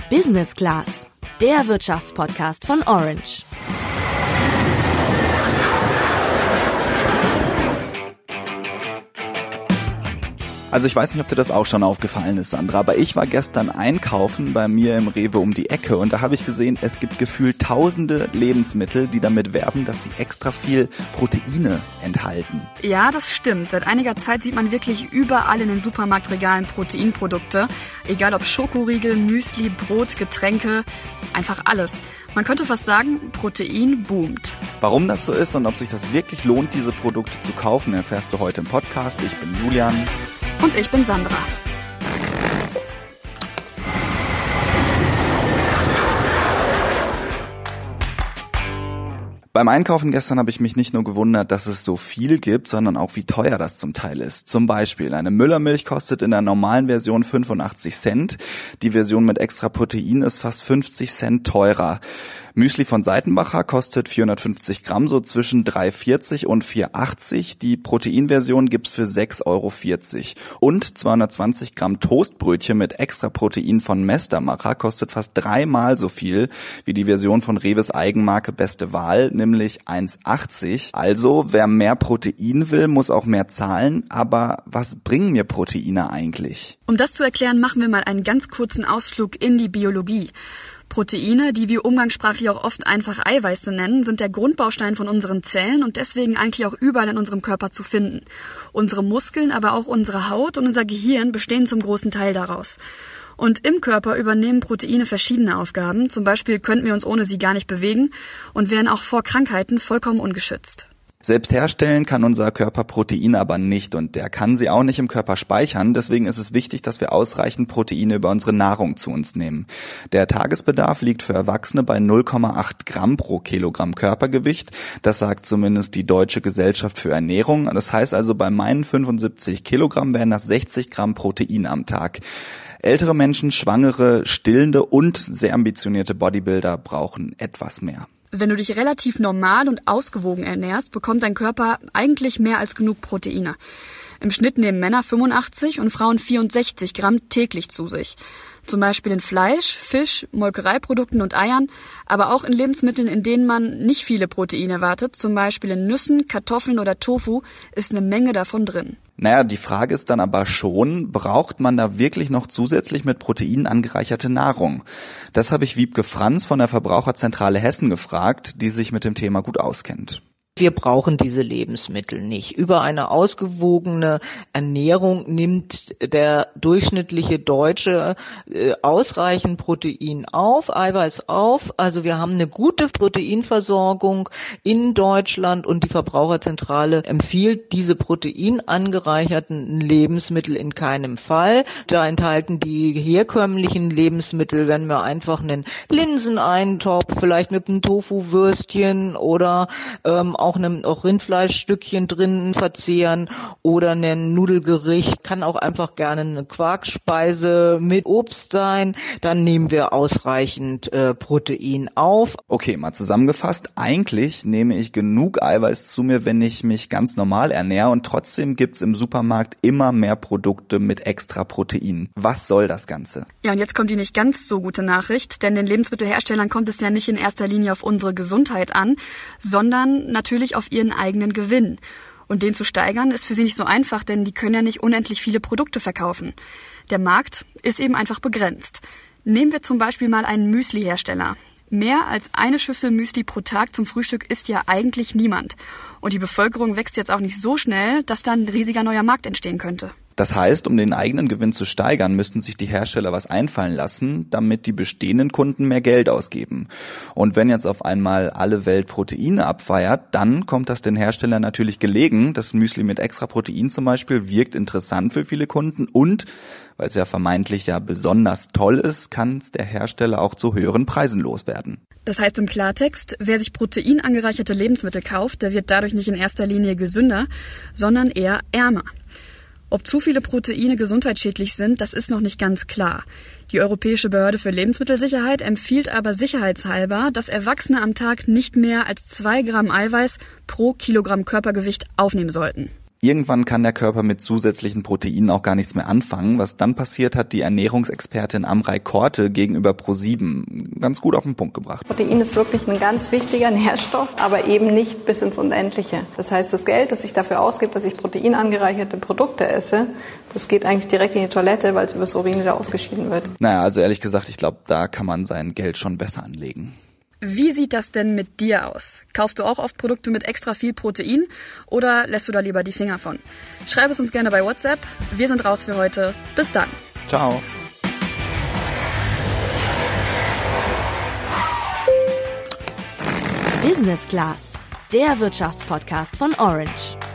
Business Class, der Wirtschaftspodcast von Orange. Also ich weiß nicht, ob dir das auch schon aufgefallen ist, Sandra, aber ich war gestern einkaufen bei mir im Rewe um die Ecke und da habe ich gesehen, es gibt gefühlt tausende Lebensmittel, die damit werben, dass sie extra viel Proteine enthalten. Ja, das stimmt. Seit einiger Zeit sieht man wirklich überall in den Supermarktregalen Proteinprodukte. Egal ob Schokoriegel, Müsli, Brot, Getränke, einfach alles. Man könnte fast sagen, Protein boomt. Warum das so ist und ob sich das wirklich lohnt, diese Produkte zu kaufen, erfährst du heute im Podcast. Ich bin Julian. Und ich bin Sandra. Beim Einkaufen gestern habe ich mich nicht nur gewundert, dass es so viel gibt, sondern auch wie teuer das zum Teil ist. Zum Beispiel eine Müllermilch kostet in der normalen Version 85 Cent. Die Version mit extra Protein ist fast 50 Cent teurer. Müsli von Seitenbacher kostet 450 Gramm so zwischen 3,40 und 4,80. Die Proteinversion gibt's für 6,40 Euro. Und 220 Gramm Toastbrötchen mit extra Protein von Mestermacher kostet fast dreimal so viel wie die Version von Reves Eigenmarke Beste Wahl, nämlich 1,80. Also, wer mehr Protein will, muss auch mehr zahlen. Aber was bringen mir Proteine eigentlich? Um das zu erklären, machen wir mal einen ganz kurzen Ausflug in die Biologie. Proteine, die wir umgangssprachlich auch oft einfach Eiweiße nennen, sind der Grundbaustein von unseren Zellen und deswegen eigentlich auch überall in unserem Körper zu finden. Unsere Muskeln, aber auch unsere Haut und unser Gehirn bestehen zum großen Teil daraus. Und im Körper übernehmen Proteine verschiedene Aufgaben. Zum Beispiel könnten wir uns ohne sie gar nicht bewegen und wären auch vor Krankheiten vollkommen ungeschützt. Selbst herstellen kann unser Körper Proteine aber nicht und der kann sie auch nicht im Körper speichern. Deswegen ist es wichtig, dass wir ausreichend Proteine über unsere Nahrung zu uns nehmen. Der Tagesbedarf liegt für Erwachsene bei 0,8 Gramm pro Kilogramm Körpergewicht. Das sagt zumindest die Deutsche Gesellschaft für Ernährung. Das heißt also, bei meinen 75 Kilogramm wären das 60 Gramm Protein am Tag. Ältere Menschen, Schwangere, Stillende und sehr ambitionierte Bodybuilder brauchen etwas mehr. Wenn du dich relativ normal und ausgewogen ernährst, bekommt dein Körper eigentlich mehr als genug Proteine. Im Schnitt nehmen Männer 85 und Frauen 64 Gramm täglich zu sich. Zum Beispiel in Fleisch, Fisch, Molkereiprodukten und Eiern, aber auch in Lebensmitteln, in denen man nicht viele Proteine erwartet, zum Beispiel in Nüssen, Kartoffeln oder Tofu, ist eine Menge davon drin. Naja, die Frage ist dann aber schon, braucht man da wirklich noch zusätzlich mit Proteinen angereicherte Nahrung? Das habe ich Wiebke Franz von der Verbraucherzentrale Hessen gefragt, die sich mit dem Thema gut auskennt. Wir brauchen diese Lebensmittel nicht. Über eine ausgewogene Ernährung nimmt der durchschnittliche Deutsche ausreichend Protein auf, Eiweiß auf. Also wir haben eine gute Proteinversorgung in Deutschland und die Verbraucherzentrale empfiehlt diese proteinangereicherten Lebensmittel in keinem Fall. Da enthalten die herkömmlichen Lebensmittel, wenn wir einfach einen Linseneintopf, vielleicht mit einem Tofu-Würstchen oder auch Rindfleischstückchen drin verzehren oder ein Nudelgericht, kann auch einfach gerne eine Quarkspeise mit Obst sein, dann nehmen wir ausreichend Protein auf. Okay, mal zusammengefasst, eigentlich nehme ich genug Eiweiß zu mir, wenn ich mich ganz normal ernähre und trotzdem gibt's im Supermarkt immer mehr Produkte mit extra Protein. Was soll das Ganze? Ja, und jetzt kommt die nicht ganz so gute Nachricht, denn den Lebensmittelherstellern kommt es ja nicht in erster Linie auf unsere Gesundheit an, sondern natürlich auf ihren eigenen Gewinn. Und den zu steigern ist für sie nicht so einfach, denn die können ja nicht unendlich viele Produkte verkaufen. Der Markt ist eben einfach begrenzt. Nehmen wir zum Beispiel mal einen Müsli-Hersteller. Mehr als eine Schüssel Müsli pro Tag zum Frühstück isst ja eigentlich niemand. Und die Bevölkerung wächst jetzt auch nicht so schnell, dass dann ein riesiger neuer Markt entstehen könnte. Das heißt, um den eigenen Gewinn zu steigern, müssten sich die Hersteller was einfallen lassen, damit die bestehenden Kunden mehr Geld ausgeben. Und wenn jetzt auf einmal alle Welt Proteine abfeiert, dann kommt das den Herstellern natürlich gelegen. Das Müsli mit extra Protein zum Beispiel wirkt interessant für viele Kunden und, weil es ja vermeintlich ja besonders toll ist, kann es der Hersteller auch zu höheren Preisen loswerden. Das heißt im Klartext, wer sich proteinangereicherte Lebensmittel kauft, der wird dadurch nicht in erster Linie gesünder, sondern eher ärmer. Ob zu viele Proteine gesundheitsschädlich sind, das ist noch nicht ganz klar. Die Europäische Behörde für Lebensmittelsicherheit empfiehlt aber sicherheitshalber, dass Erwachsene am Tag nicht mehr als 2 Gramm Eiweiß pro Kilogramm Körpergewicht aufnehmen sollten. Irgendwann kann der Körper mit zusätzlichen Proteinen auch gar nichts mehr anfangen. Was dann passiert, hat die Ernährungsexpertin Amrei Korte gegenüber ProSieben ganz gut auf den Punkt gebracht. Protein ist wirklich ein ganz wichtiger Nährstoff, aber eben nicht bis ins Unendliche. Das heißt, das Geld, das ich dafür ausgebe, dass ich proteinangereicherte Produkte esse, das geht eigentlich direkt in die Toilette, weil es übers Urin wieder ausgeschieden wird. Naja, also ehrlich gesagt, ich glaube, da kann man sein Geld schon besser anlegen. Wie sieht das denn mit dir aus? Kaufst du auch oft Produkte mit extra viel Protein oder lässt du da lieber die Finger von? Schreib es uns gerne bei WhatsApp. Wir sind raus für heute. Bis dann. Ciao. Business Class, der Wirtschaftspodcast von Orange.